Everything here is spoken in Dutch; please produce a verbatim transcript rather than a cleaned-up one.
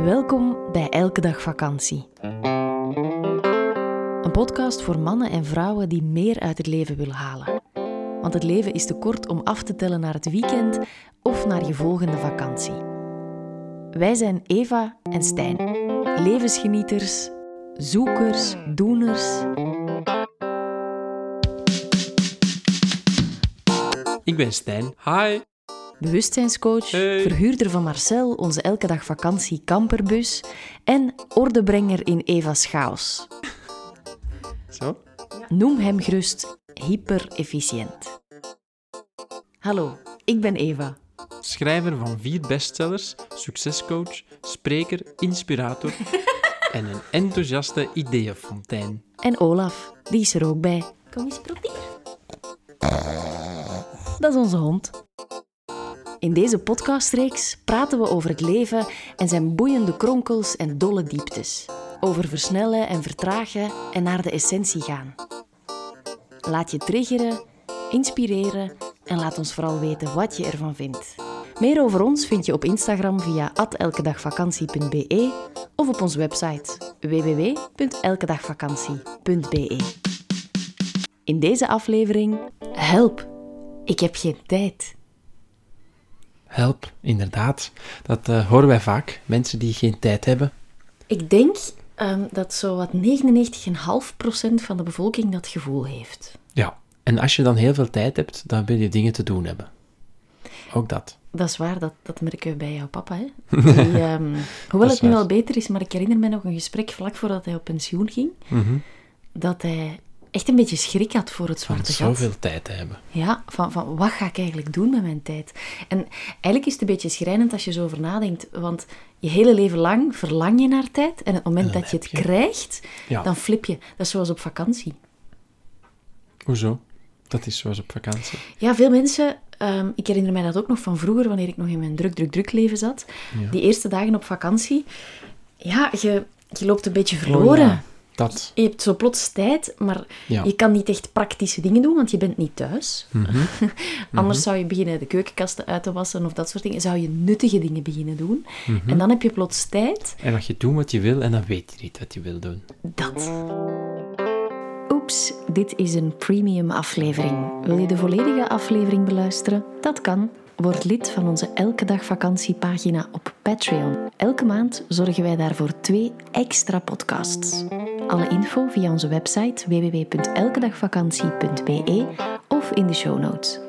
Welkom bij Elke Dag Vakantie. Een podcast voor mannen en vrouwen die meer uit het leven willen halen. Want het leven is te kort om af te tellen naar het weekend of naar je volgende vakantie. Wij zijn Eva en Stijn. Levensgenieters, zoekers, doeners. Ik ben Stijn. Hi. Bewustzijnscoach, Hey. verhuurder van Marcel, onze Elke Dag Vakantie camperbus en ordebrenger in Eva's chaos. Zo? Noem hem gerust hyper-efficiënt. Hallo, ik ben Eva. Schrijver van vier bestsellers, succescoach, spreker, inspirator en een enthousiaste ideeënfontein. En Olaf, die is er ook bij. Kom eens proberen. Dat is onze hond. In deze podcastreeks praten we over het leven en zijn boeiende kronkels en dolle dieptes. Over versnellen en vertragen en naar de essentie gaan. Laat je triggeren, inspireren en laat ons vooral weten wat je ervan vindt. Meer over ons vind je op Instagram via at elkedagvakantie punt be of op onze website w w w punt elkedagvakantie punt be. In deze aflevering, help, ik heb geen tijd. Help, inderdaad. Dat uh, horen wij vaak. Mensen die geen tijd hebben. Ik denk um, dat zowat negenennegentig komma vijf procent van de bevolking dat gevoel heeft. Ja, en als je dan heel veel tijd hebt, dan wil je dingen te doen hebben. Ook dat. Dat is waar, dat, dat merken we bij jouw papa. Hè? Die, um, hoewel het nu waar. al beter is, maar ik herinner me nog een gesprek vlak voordat hij op pensioen ging, Mm-hmm. dat hij echt een beetje schrik had voor het Van zwarte gat. zoveel tijd te hebben. Ja, van, van wat ga ik eigenlijk doen met mijn tijd? En eigenlijk is het een beetje schrijnend als je zo over nadenkt, want je hele leven lang verlang je naar tijd en het moment En dan dat je het heb je- krijgt, Ja. dan flip je. Dat is zoals op vakantie. Hoezo? Dat is zoals op vakantie. Ja, veel mensen, um, ik herinner mij dat ook nog van vroeger, wanneer ik nog in mijn druk, druk, druk leven zat. Ja. Die eerste dagen op vakantie, ja, je, je loopt een beetje verloren. Oh ja, dat. Je hebt zo plots tijd, maar Ja. je kan niet echt praktische dingen doen, want je bent niet thuis. Mhm. Anders zou je beginnen de keukenkasten uit te wassen of dat soort dingen. Zou je nuttige dingen beginnen doen. Mhm. En dan heb je plots tijd. En dan je doet wat je wil en dan weet je niet wat je wil doen. Dat. Oeps, dit is een premium aflevering. Wil je de volledige aflevering beluisteren? Dat kan. Word lid van onze Elke Dag Vakantiepagina op Patreon. Elke maand zorgen wij daarvoor twee extra podcasts. Alle info via onze website w w w punt elkedagvakantie punt be of in de show notes.